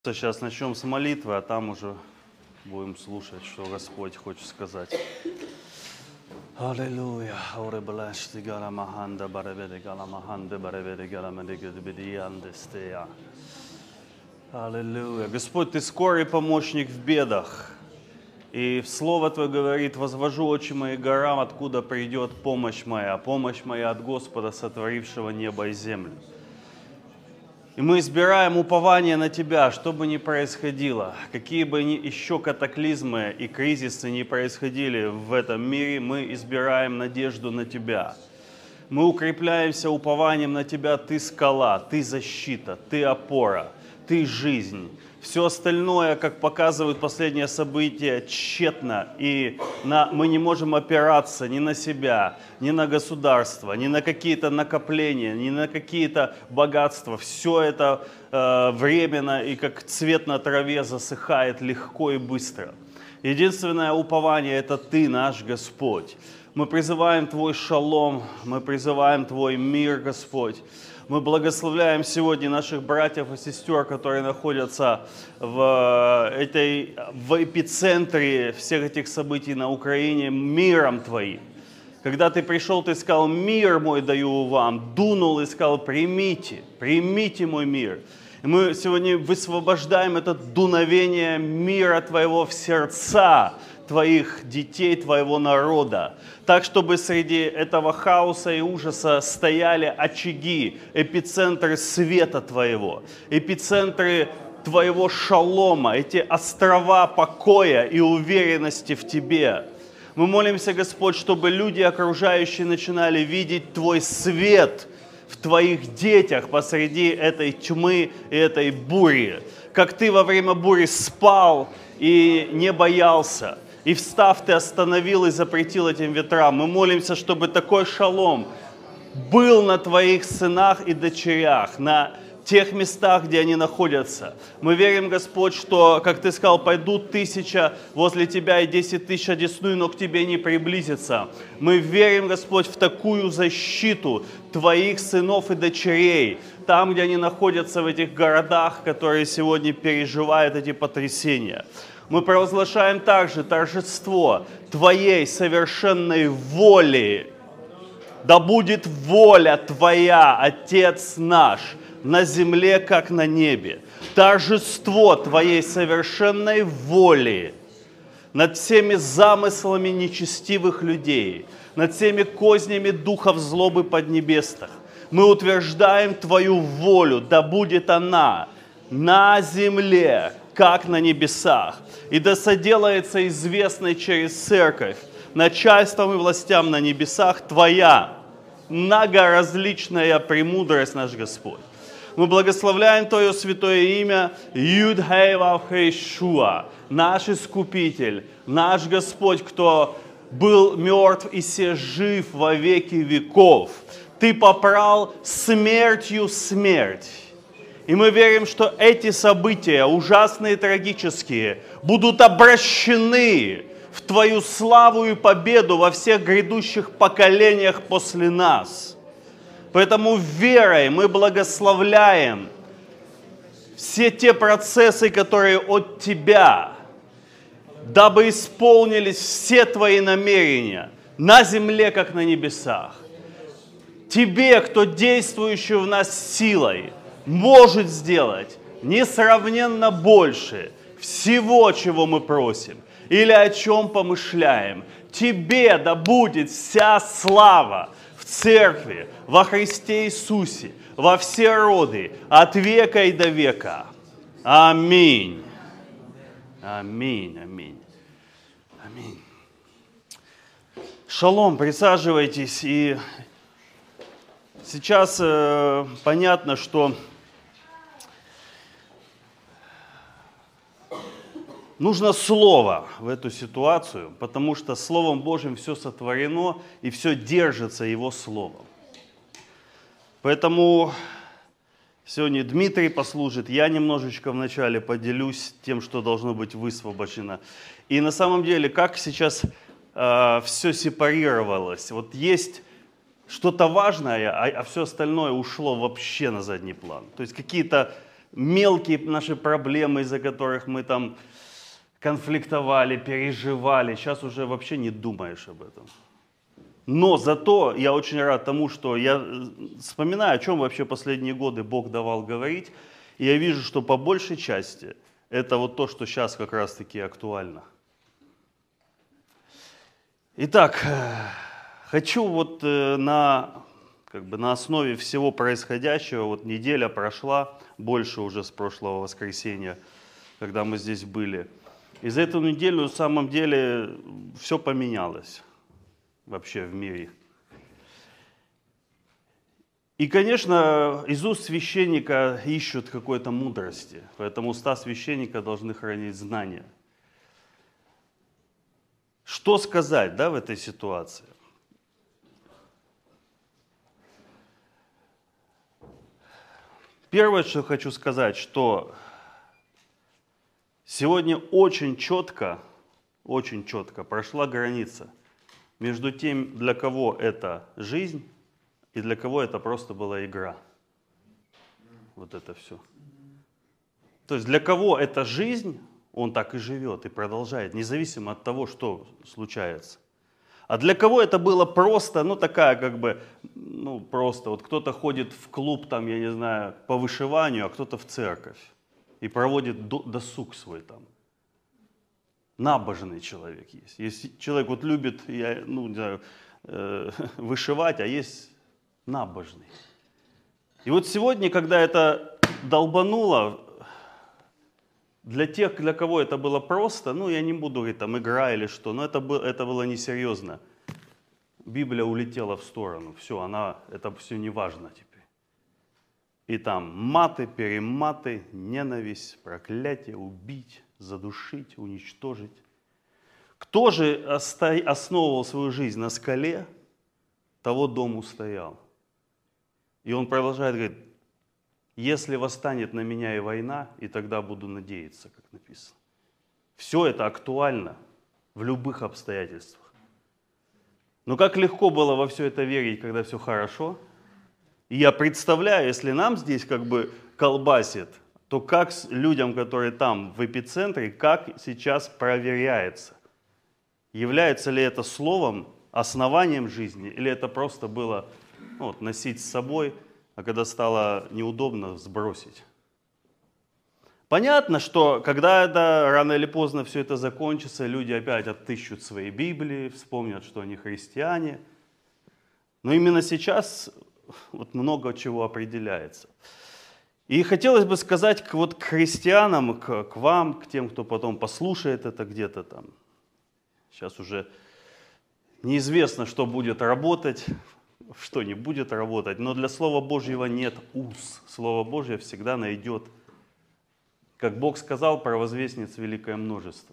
Сейчас начнем с молитвы, а там уже будем слушать, что Господь хочет сказать. Аллилуйя. Аллилуйя. Господь, Ты скорый помощник в бедах. И Слово Твое говорит: возвожу очи мои к горам, откуда придет помощь моя от Господа, сотворившего небо и землю. И мы избираем упование на Тебя, что бы ни происходило, какие бы еще катаклизмы и кризисы ни происходили в этом мире, мы избираем надежду на Тебя. Мы укрепляемся упованием на Тебя. Ты скала, Ты защита, Ты опора, Ты жизнь. Все остальное, как показывают последние события, тщетно, и мы не можем опираться ни на себя, ни на государство, ни на какие-то накопления, ни на какие-то богатства. Все это временно и как цвет на траве засыхает легко и быстро. Единственное упование – это Ты, наш Господь. Мы призываем Твой шалом, мы призываем Твой мир, Господь. Мы благословляем сегодня наших братьев и сестер, которые находятся в эпицентре всех этих событий на Украине, миром Твоим. Когда Ты пришел, Ты сказал: «Мир мой даю вам», дунул и сказал: «Примите, примите мой мир». И мы сегодня высвобождаем это дуновение мира Твоего в сердца Твоих детей, Твоего народа. Так, чтобы среди этого хаоса и ужаса стояли очаги, эпицентры света Твоего, эпицентры Твоего шалома, эти острова покоя и уверенности в Тебе. Мы молимся, Господь, чтобы люди окружающие начинали видеть Твой свет в Твоих детях посреди этой тьмы и этой бури. Как Ты во время бури спал и не боялся. И встав, Ты остановил и запретил этим ветрам. Мы молимся, чтобы такой шалом был на Твоих сынах и дочерях, на тех местах, где они находятся. Мы верим, Господь, что, как Ты сказал, пойдут 1000 возле Тебя и 10 000 одесную, но к Тебе не приблизится. Мы верим, Господь, в такую защиту Твоих сынов и дочерей, там, где они находятся, в этих городах, которые сегодня переживают эти потрясения. Мы провозглашаем также торжество Твоей совершенной воли. Да будет воля Твоя, Отец наш, на земле, как на небе. Торжество Твоей совершенной воли над всеми замыслами нечестивых людей, над всеми кознями духов злобы поднебесных. Мы утверждаем Твою волю, да будет она на земле, как на небесах, и да соделается известной через церковь, начальством и властям на небесах Твоя многоразличная премудрость, наш Господь. Мы благословляем Твое святое имя, Юд-Хей-Вав-Хей-Шуа, наш Искупитель, наш Господь, кто был мертв и се жив во веки веков. Ты попрал смертью смерть. И мы верим, что эти события, ужасные и трагические, будут обращены в Твою славу и победу во всех грядущих поколениях после нас. Поэтому верой мы благословляем все те процессы, которые от Тебя, дабы исполнились все Твои намерения на земле, как на небесах. Тебе, кто действующий в нас силой, может сделать несравненно больше всего, чего мы просим или о чем помышляем. Тебе да будет вся слава в Церкви, во Христе Иисусе, во все роды, от века и до века. Аминь. Аминь, аминь, аминь. Шалом, присаживайтесь. И сейчас понятно, что нужно слово в эту ситуацию, потому что Словом Божьим все сотворено и все держится Его Словом. Поэтому сегодня Дмитрий послужит, я немножечко вначале поделюсь тем, что должно быть высвобождено. И на самом деле, как сейчас все сепарировалось. Вот есть что-то важное, а все остальное ушло вообще на задний план. То есть какие-то мелкие наши проблемы, из-за которых мы там конфликтовали, переживали. Сейчас уже вообще не думаешь об этом. Но зато я очень рад тому, что я вспоминаю, о чем вообще последние годы Бог давал говорить. И я вижу, что по большей части это вот то, что сейчас как раз-таки актуально. Итак, хочу вот на основе всего происходящего, вот неделя прошла, больше уже с прошлого воскресенья, когда мы здесь были. И за эту неделю на самом деле все поменялось вообще в мире. И, конечно, из уст священника ищут какой-то мудрости, поэтому уста священника должны хранить знания. Что сказать, в этой ситуации? Первое, что хочу сказать, что сегодня очень четко прошла граница между тем, для кого это жизнь, и для кого это просто была игра. Вот это все. То есть для кого это жизнь, он так и живет, и продолжает, независимо от того, что случается. А для кого это было просто, просто, вот кто-то ходит в клуб, там, я не знаю, по вышиванию, а кто-то в церковь и проводит досуг свой там. Набожный человек есть. Есть человек вот любит, вышивать, а есть набожный. И вот сегодня, когда это долбануло, для тех, для кого это было просто, я не буду говорить, там, игра или что, но это было несерьезно. Библия улетела в сторону, все, это все не важно теперь. И там маты, перематы, ненависть, проклятие, убить, задушить, уничтожить. Кто же основывал свою жизнь на скале, того дом устоял. И он продолжает говорить, если восстанет на меня и война, и тогда буду надеяться, как написано. Все это актуально в любых обстоятельствах. Но как легко было во все это верить, когда все хорошо. И я представляю, если нам здесь колбасит, то как с людям, которые там в эпицентре, как сейчас проверяется, является ли это словом, основанием жизни, или это просто было носить с собой, а когда стало неудобно, сбросить. Понятно, что когда это рано или поздно все это закончится, люди опять отыщут свои Библии, вспомнят, что они христиане. Но именно сейчас много чего определяется. И хотелось бы сказать к христианам, к вам, к тем, кто потом послушает это где-то там. Сейчас уже неизвестно, что будет работать, что не будет работать, но для Слова Божьего нет уз. Слово Божье всегда найдет, как Бог сказал, провозвестниц великое множество.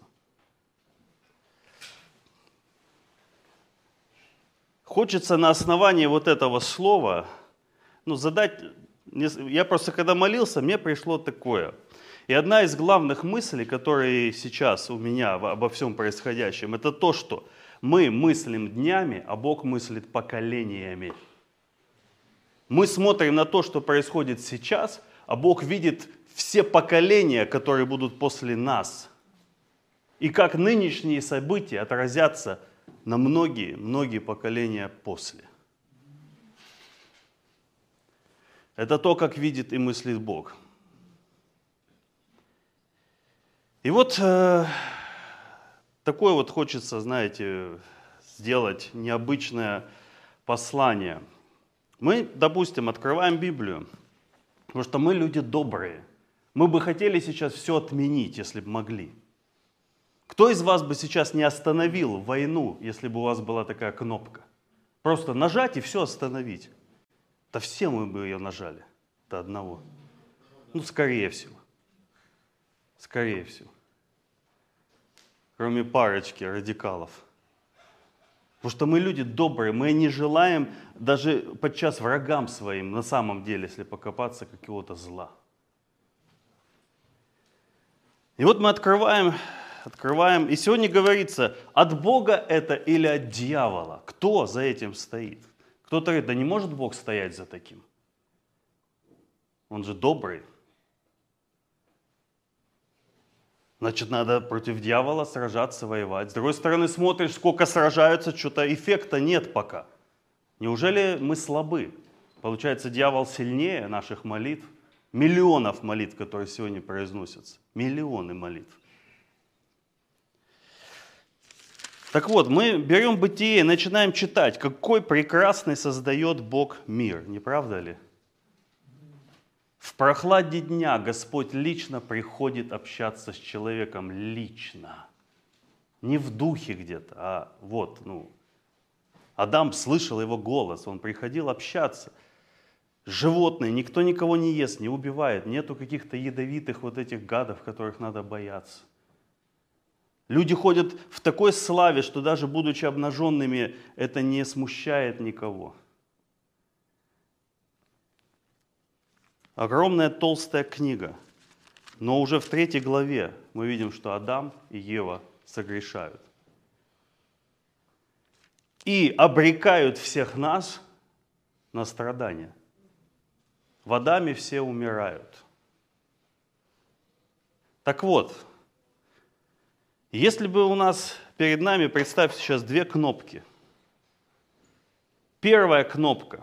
Хочется на основании вот этого слова задать... Я просто когда молился, мне пришло такое. И одна из главных мыслей, которые сейчас у меня обо всем происходящем, это то, что мы мыслим днями, а Бог мыслит поколениями. Мы смотрим на то, что происходит сейчас, а Бог видит все поколения, которые будут после нас. И как нынешние события отразятся на многие поколения после. Это то, как видит и мыслит Бог. И такое хочется, сделать необычное послание. Мы, допустим, открываем Библию, потому что мы люди добрые. Мы бы хотели сейчас все отменить, если бы могли. Кто из вас бы сейчас не остановил войну, если бы у вас была такая кнопка? Просто нажать и все остановить. Да все мы бы ее нажали до одного. Скорее всего. Скорее всего. Кроме парочки радикалов. Потому что мы люди добрые, мы не желаем даже подчас врагам своим, на самом деле, если покопаться, какого-то зла. И мы открываем, и сегодня говорится, от Бога это или от дьявола? Кто за этим стоит? Кто-то говорит, да не может Бог стоять за таким. Он же добрый. Значит, надо против дьявола сражаться, воевать. С другой стороны, смотришь, сколько сражаются, что-то эффекта нет пока. Неужели мы слабы? Получается, дьявол сильнее наших молитв, миллионов молитв, которые сегодня произносятся. Миллионы молитв. Так вот, мы берем Бытие и начинаем читать, какой прекрасный создает Бог мир, не правда ли? В прохладе дня Господь лично приходит общаться с человеком, лично. Не в духе где-то, а вот, Адам слышал его голос, он приходил общаться. Животные, никто никого не ест, не убивает, нету каких-то ядовитых вот этих гадов, которых надо бояться. Люди ходят в такой славе, что даже будучи обнаженными, это не смущает никого. Огромная толстая книга, но уже в 3 главе мы видим, что Адам и Ева согрешают. И обрекают всех нас на страдания. В Адаме все умирают. Так вот, если бы у нас перед нами, представьте сейчас 2 кнопки. Первая кнопка.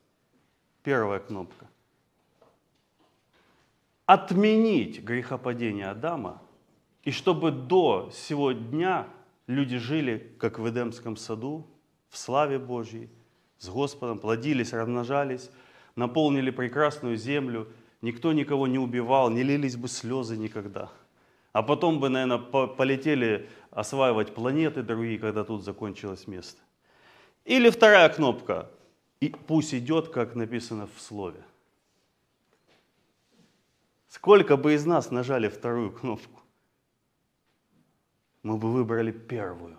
Отменить грехопадение Адама, и чтобы до сего дня люди жили, как в Эдемском саду, в славе Божьей, с Господом, плодились, размножались, наполнили прекрасную землю, никто никого не убивал, не лились бы слезы никогда. А потом бы, наверное, полетели осваивать планеты другие, когда тут закончилось место. Или вторая кнопка, и пусть идет, как написано в Слове. Сколько бы из нас нажали вторую кнопку, мы бы выбрали первую.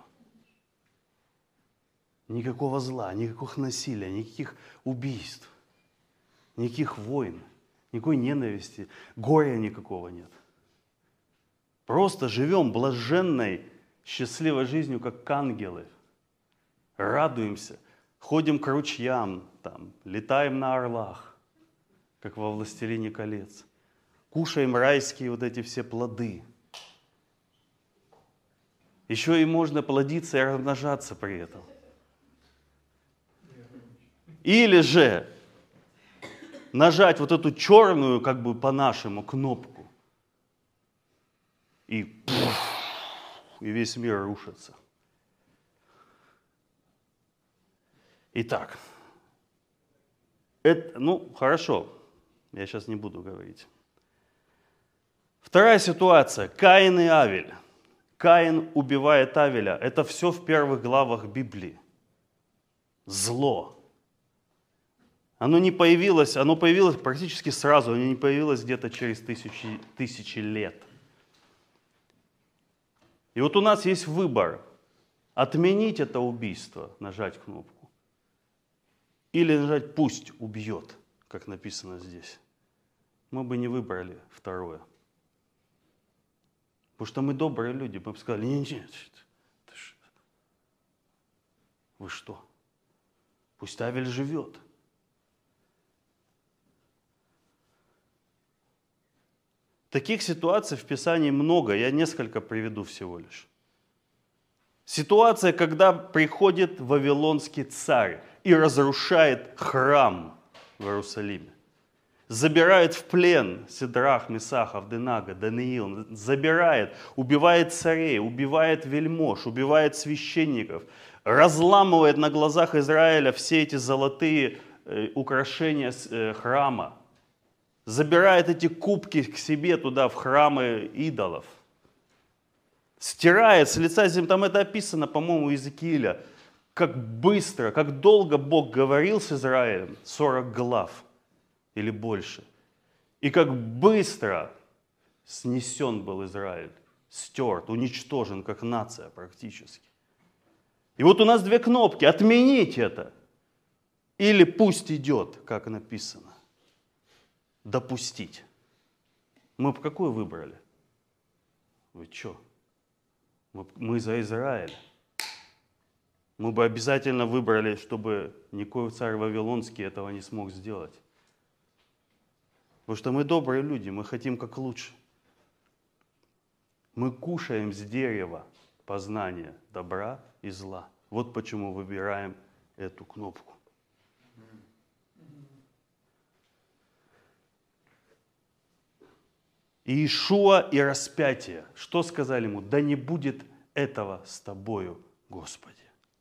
Никакого зла, никаких насилия, никаких убийств, никаких войн, никакой ненависти, горя никакого нет. Просто живем блаженной, счастливой жизнью, как ангелы. Радуемся, ходим к ручьям, летаем на орлах, как во «Властелине колец». Кушаем райские вот эти все плоды. Еще и можно плодиться и размножаться при этом. Или же нажать вот эту черную, как бы по-нашему, кнопку. И весь мир рушится. Итак, хорошо, я сейчас не буду говорить. Вторая ситуация. Каин и Авель. Каин убивает Авеля. Это все в первых главах Библии. Зло. Оно появилось практически сразу, оно не появилось где-то через тысячи лет. И вот у нас есть выбор. Отменить это убийство, нажать кнопку. Или нажать «пусть убьет», как написано здесь. Мы бы не выбрали второе. Потому что мы добрые люди, мы бы сказали: нет, вы что? Пусть Авель живет. Таких ситуаций в Писании много, я несколько приведу всего лишь. Ситуация, когда приходит вавилонский царь и разрушает храм в Иерусалиме. Забирает в плен Сидрах, Месах, Авденага, Даниил, забирает, убивает царей, убивает вельмож, убивает священников, разламывает на глазах Израиля все эти золотые украшения храма, забирает эти кубки к себе туда, в храмы идолов, стирает с лица земли, там это описано, по-моему, у Иезекииля, как быстро, как долго Бог говорил с Израилем, 40 глав. Или больше. И как быстро снесен был Израиль, стерт, уничтожен как нация практически. И вот у нас 2 кнопки. Отменить это. Или пусть идет, как написано. Допустить. Мы бы какую выбрали? Вы что? Мы за Израиль. Мы бы обязательно выбрали, чтобы никакой царь Вавилонский этого не смог сделать. Потому что мы добрые люди, мы хотим как лучше. Мы кушаем с дерева познания добра и зла. Вот почему выбираем эту кнопку. Иешуа и распятие. Что сказали ему? Да не будет этого с тобою, Господи.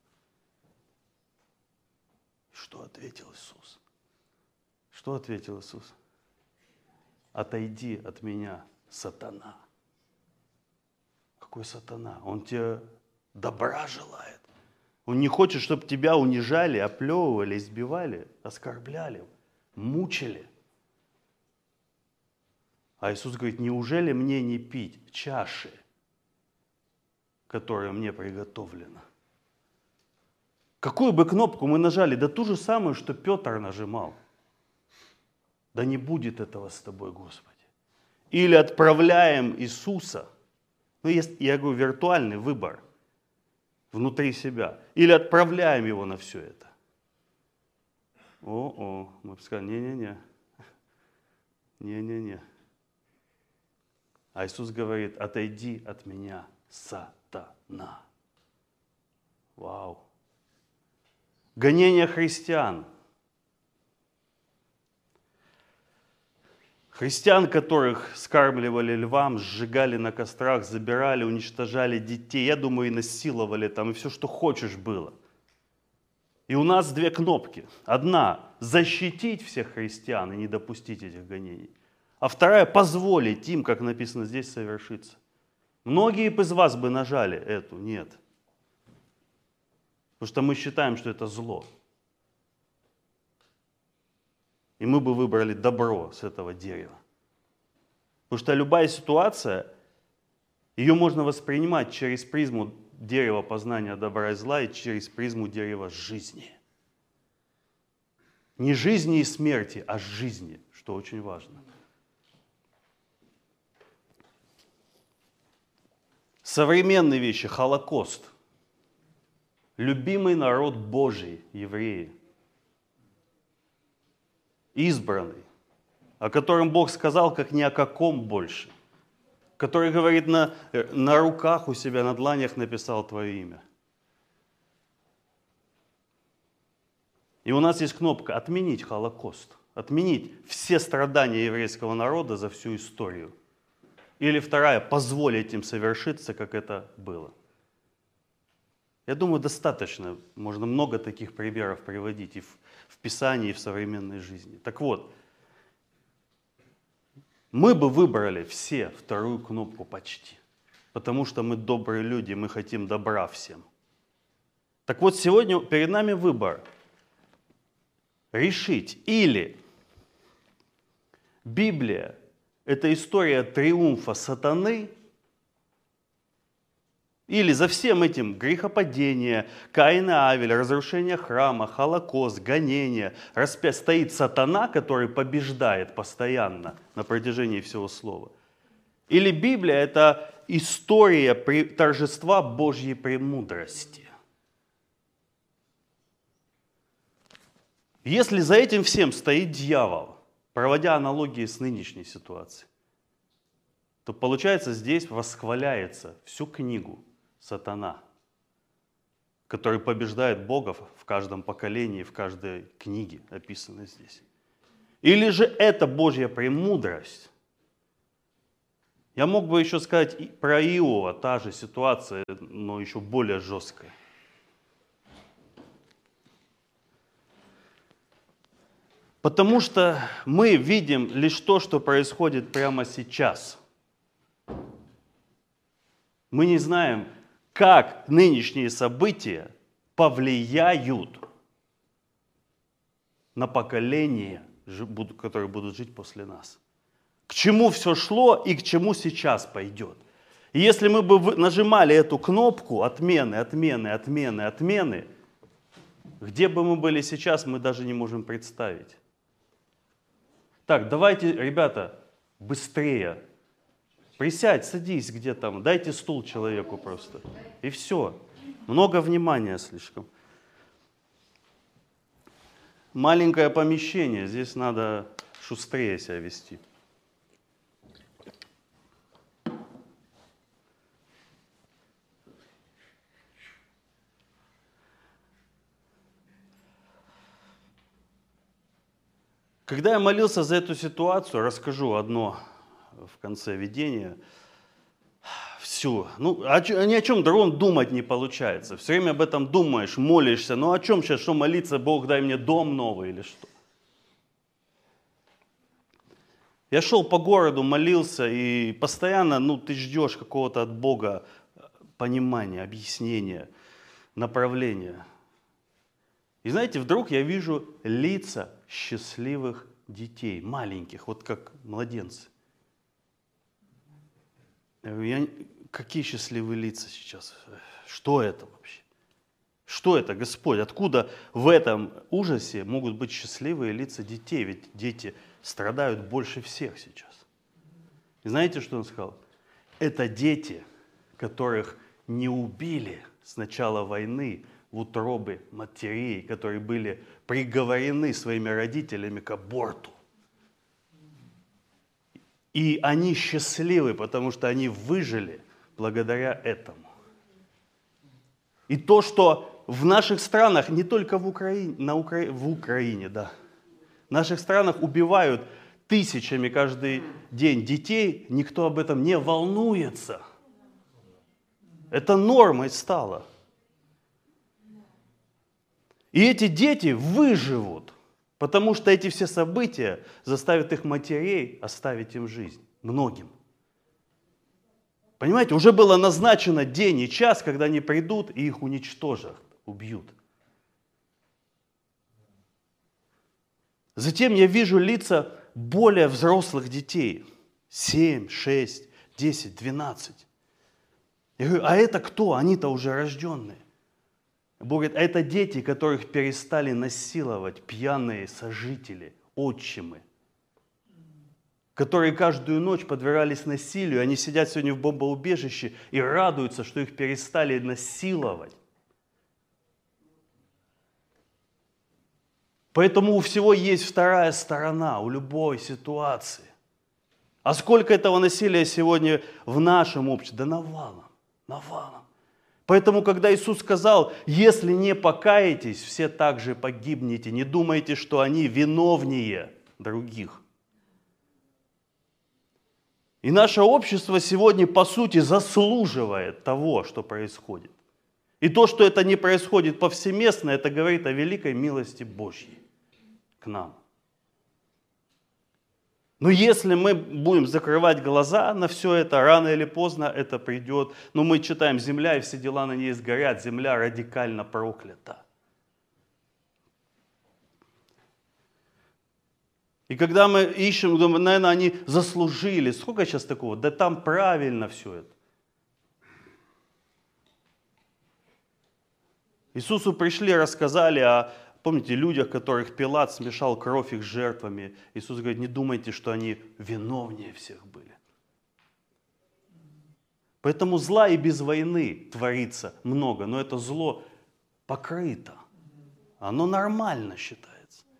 Что ответил Иисус? Что ответил Иисус? Отойди от меня, сатана. Какой сатана? Он тебе добра желает. Он не хочет, чтобы тебя унижали, оплевывали, избивали, оскорбляли, мучили. А Иисус говорит, неужели мне не пить чаши, которая мне приготовлена? Какую бы кнопку мы нажали? Да ту же самую, что Петр нажимал. Да не будет этого с тобой, Господи. Или отправляем Иисуса. Ну, есть, я говорю, виртуальный выбор внутри себя. Или отправляем его на все это. Мы бы сказали, не-не-не. Не-не-не. А Иисус говорит, отойди от меня, сатана. Вау. Гонение христиан. Христиан, которых скармливали львам, сжигали на кострах, забирали, уничтожали детей. Я думаю, и насиловали там, и все, что хочешь было. И у нас две кнопки. Одна – защитить всех христиан и не допустить этих гонений. А вторая – позволить им, как написано здесь, совершиться. Многие из вас бы нажали эту, нет. Потому что мы считаем, что это зло. И мы бы выбрали добро с этого дерева. Потому что любая ситуация, ее можно воспринимать через призму дерева познания добра и зла и через призму дерева жизни. Не жизни и смерти, а жизни, что очень важно. Современные вещи, Холокост. Любимый народ Божий, евреи. Избранный, о котором Бог сказал, как ни о каком больше. Который, говорит, на руках у себя, на дланях написал твое имя. И у нас есть кнопка «Отменить Холокост». Отменить все страдания еврейского народа за всю историю. Или вторая, позволить им совершиться, как это было. Я думаю, достаточно. Можно много таких примеров приводить и в Писании, и в современной жизни. Так вот, мы бы выбрали все вторую кнопку почти. Потому что мы добрые люди, мы хотим добра всем. Так вот, сегодня перед нами выбор. Решить или Библия – это история триумфа сатаны, или за всем этим грехопадение, Каин и Авель, разрушение храма, Холокост, гонение, распятие, стоит сатана, который побеждает постоянно на протяжении всего слова. Или Библия – это история торжества Божьей премудрости. Если за этим всем стоит дьявол, проводя аналогии с нынешней ситуацией, то получается здесь восхваляется всю книгу сатана, который побеждает Бога в каждом поколении, в каждой книге, описанной здесь. Или же это Божья премудрость. Я мог бы еще сказать про Иова, та же ситуация, но еще более жесткая. Потому что мы видим лишь то, что происходит прямо сейчас. Мы не знаем, как нынешние события повлияют на поколения, которые будут жить после нас. К чему все шло и к чему сейчас пойдет. И если мы бы нажимали эту кнопку отмены, отмены, отмены, отмены, где бы мы были сейчас, мы даже не можем представить. Так, давайте, ребята, быстрее. Присядь, садись где там, дайте стул человеку просто. И все. Много внимания слишком. Маленькое помещение, здесь надо шустрее себя вести. Когда я молился за эту ситуацию, расскажу одно в конце видения. Все. Ну, ни о чем другом думать не получается. Все время об этом думаешь, молишься. Ну о чем сейчас, что молиться, Бог, дай мне дом новый или что? Я шел по городу, молился, и постоянно, ты ждешь какого-то от Бога понимания, объяснения, направления. И знаете, вдруг я вижу лица счастливых детей, маленьких, вот как младенцы. Я говорю, какие счастливые лица сейчас? Что это вообще? Что это, Господь? Откуда в этом ужасе могут быть счастливые лица детей? Ведь дети страдают больше всех сейчас. И знаете, что он сказал? Это дети, которых не убили с начала войны в утробе матерей, которые были приговорены своими родителями к аборту. И они счастливы, потому что они выжили благодаря этому. И то, что в наших странах, не только в Украине, да, в наших странах убивают тысячами каждый день детей, никто об этом не волнуется. Это нормой стало. И эти дети выживут, потому что эти все события заставят их матерей оставить им жизнь. Многим. Понимаете, уже было назначено день и час, когда они придут и их уничтожат, убьют. Затем я вижу лица более взрослых детей. 7, 6, 10, 12. Я говорю, а это кто? Они-то уже рожденные. Бог говорит, а это дети, которых перестали насиловать пьяные сожители, отчимы, которые каждую ночь подвергались насилию. Они сидят сегодня в бомбоубежище и радуются, что их перестали насиловать. Поэтому у всего есть вторая сторона, у любой ситуации. А сколько этого насилия сегодня в нашем обществе? Да навалом, навалом. Поэтому, когда Иисус сказал, если не покаетесь, все также погибнете, не думайте, что они виновнее других. И наше общество сегодня, по сути, заслуживает того, что происходит. И то, что это не происходит повсеместно, это говорит о великой милости Божьей к нам. Но если мы будем закрывать глаза на все это, рано или поздно это придет. Но мы читаем, земля и все дела на ней сгорят, земля радикально проклята. И когда мы ищем, думаем, наверное, они заслужили. Сколько сейчас такого? Да там правильно все это. Иисусу пришли, рассказали о, помните, людях, которых Пилат смешал кровь их с жертвами. Иисус говорит, не думайте, что они виновнее всех были. Поэтому зла и без войны творится много, но это зло покрыто. Оно нормально считается.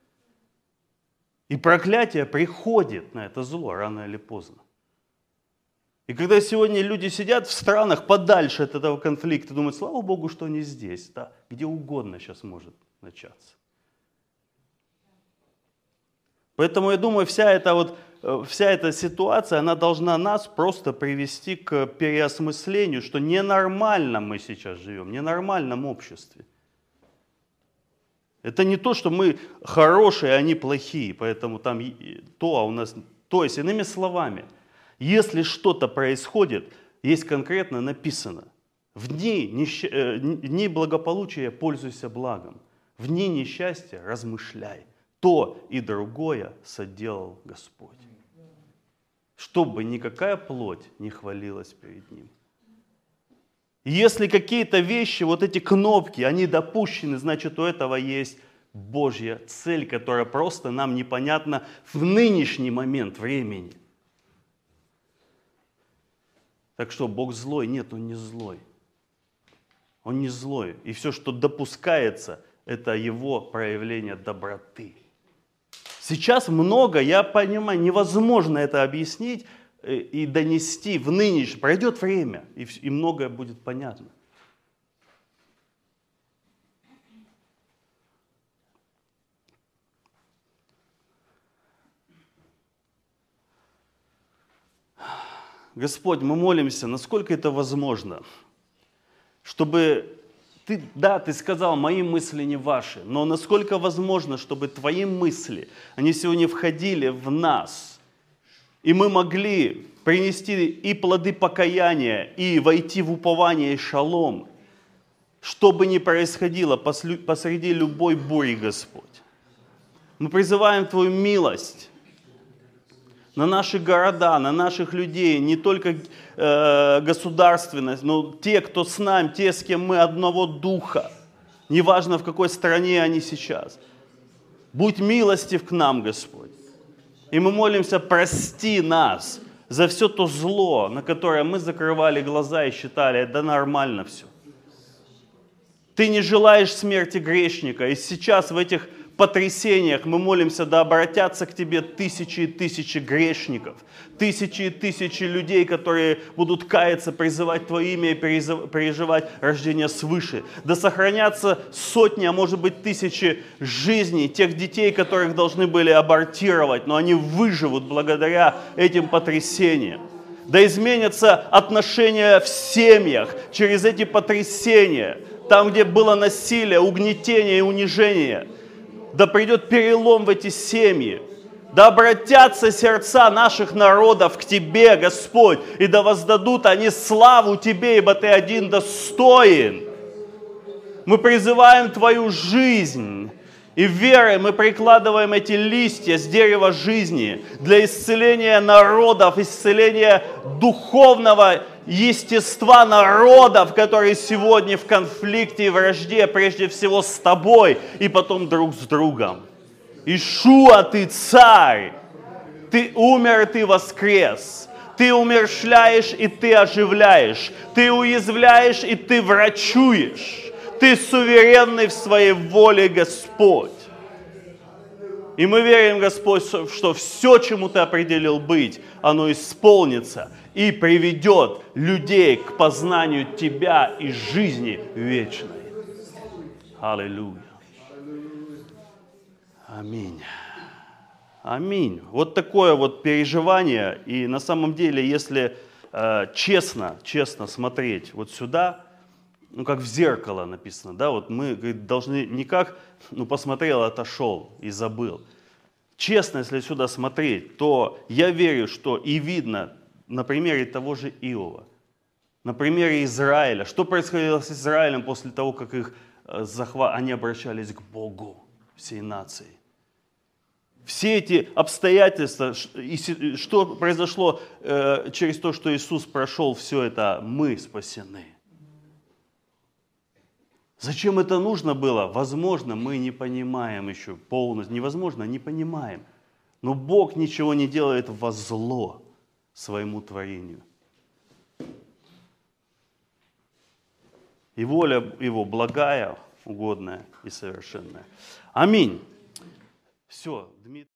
И проклятие приходит на это зло рано или поздно. И когда сегодня люди сидят в странах подальше от этого конфликта, думают, слава Богу, что они здесь, да, где угодно сейчас может начаться. Поэтому я думаю, вся эта ситуация, она должна нас просто привести к переосмыслению, что ненормально мы сейчас живем, в ненормальном обществе. Это не то, что мы хорошие, а они плохие, поэтому там то, а у нас... То есть, иными словами, если что-то происходит, есть конкретно написано, в дни благополучия пользуйся благом, в дни несчастья размышляй. То и другое соделал Господь. Чтобы никакая плоть не хвалилась перед Ним. Если какие-то вещи, вот эти кнопки, они допущены, значит, у этого есть Божья цель, которая просто нам непонятна в нынешний момент времени. Так что Бог злой? Нет, Он не злой. Он не злой. И все, что допускается, это Его проявление доброты. Сейчас много, я понимаю, невозможно это объяснить и донести в нынешнее. Пройдет время, и многое будет понятно. Господь, мы молимся, насколько это возможно, чтобы Ты сказал, мои мысли не ваши, но насколько возможно, чтобы Твои мысли, они сегодня входили в нас, и мы могли принести и плоды покаяния, и войти в упование и шалом, что бы ни происходило посреди любой бури, Господь. Мы призываем Твою милость на наши города, на наших людей, не только государственность, но те, кто с нами, те, с кем мы одного духа, неважно в какой стране они сейчас. Будь милостив к нам, Господь. И мы молимся, прости нас за все то зло, на которое мы закрывали глаза и считали, да нормально все. Ты не желаешь смерти грешника, и сейчас в этих потрясениях мы молимся, да обратятся к Тебе тысячи и тысячи грешников, тысячи и тысячи людей, которые будут каяться, призывать Твое имя и переживать рождение свыше. Да сохранятся сотни, а может быть тысячи жизней тех детей, которых должны были абортировать, но они выживут благодаря этим потрясениям. Да изменятся отношения в семьях через эти потрясения, там, где было насилие, угнетение и унижение. Да придет перелом в эти семьи. Да обратятся сердца наших народов к Тебе, Господь, и да воздадут они славу Тебе, ибо Ты один достоин. Мы призываем Твою жизнь, и верой мы прикладываем эти листья с дерева жизни для исцеления народов, исцеления духовного естества народов, которые сегодня в конфликте и вражде, прежде всего с Тобой и потом друг с другом. Иешуа, Ты царь, Ты умер, Ты воскрес, Ты умерщвляешь и Ты оживляешь, Ты уязвляешь и Ты врачуешь, Ты суверенный в своей воле, Господь. И мы верим, Господь, что все, чему Ты определил быть, оно исполнится и приведет людей к познанию Тебя и жизни вечной. Аллилуйя. Аминь. Аминь. Вот такое вот переживание. И на самом деле, если честно смотреть вот сюда, как в зеркало написано, да, вот мы, говорит, должны не как, посмотрел, отошел и забыл. Честно, если сюда смотреть, то я верю, что и видно на примере того же Иова, на примере Израиля, что происходило с Израилем после того, как их они обращались к Богу всей нацией. Все эти обстоятельства, что произошло через то, что Иисус прошел, все это мы спасены. Зачем это нужно было? Возможно, мы не понимаем еще полностью. Невозможно, не понимаем. Но Бог ничего не делает во зло своему творению. И воля Его благая, угодная и совершенная. Аминь. Все, Дмитрий.